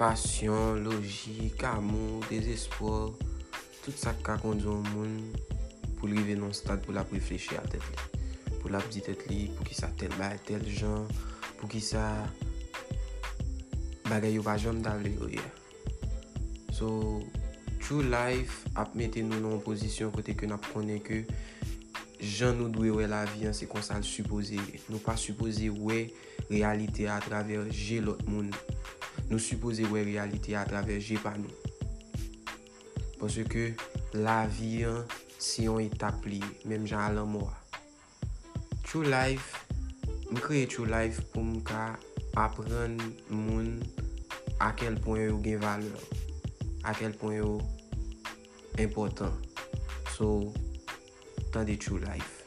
passion, logique, amour, désespoir, tout ça qui a conduit au monde pour arriver dans un stade pour la réfléchir à tête li. Pour la petite tête li, pour qui ça tel genre, pour qui ça bagay yo pas jamais d'aller hier. So true life a mette nous dans une position côté que n'a connaît que Jean nous doit ouais la vie c'est comme ça le supposé. Nous pas supposé ouais réalité à travers G l'autre monde. Nous supposé ouais réalité à travers G pas nous. Parce que la vie si on étape li, même Jean à la mort. True life, me créer true life pour me apprendre monde à quel point yo gain valeur, à quel point yo important. So, tant de true life.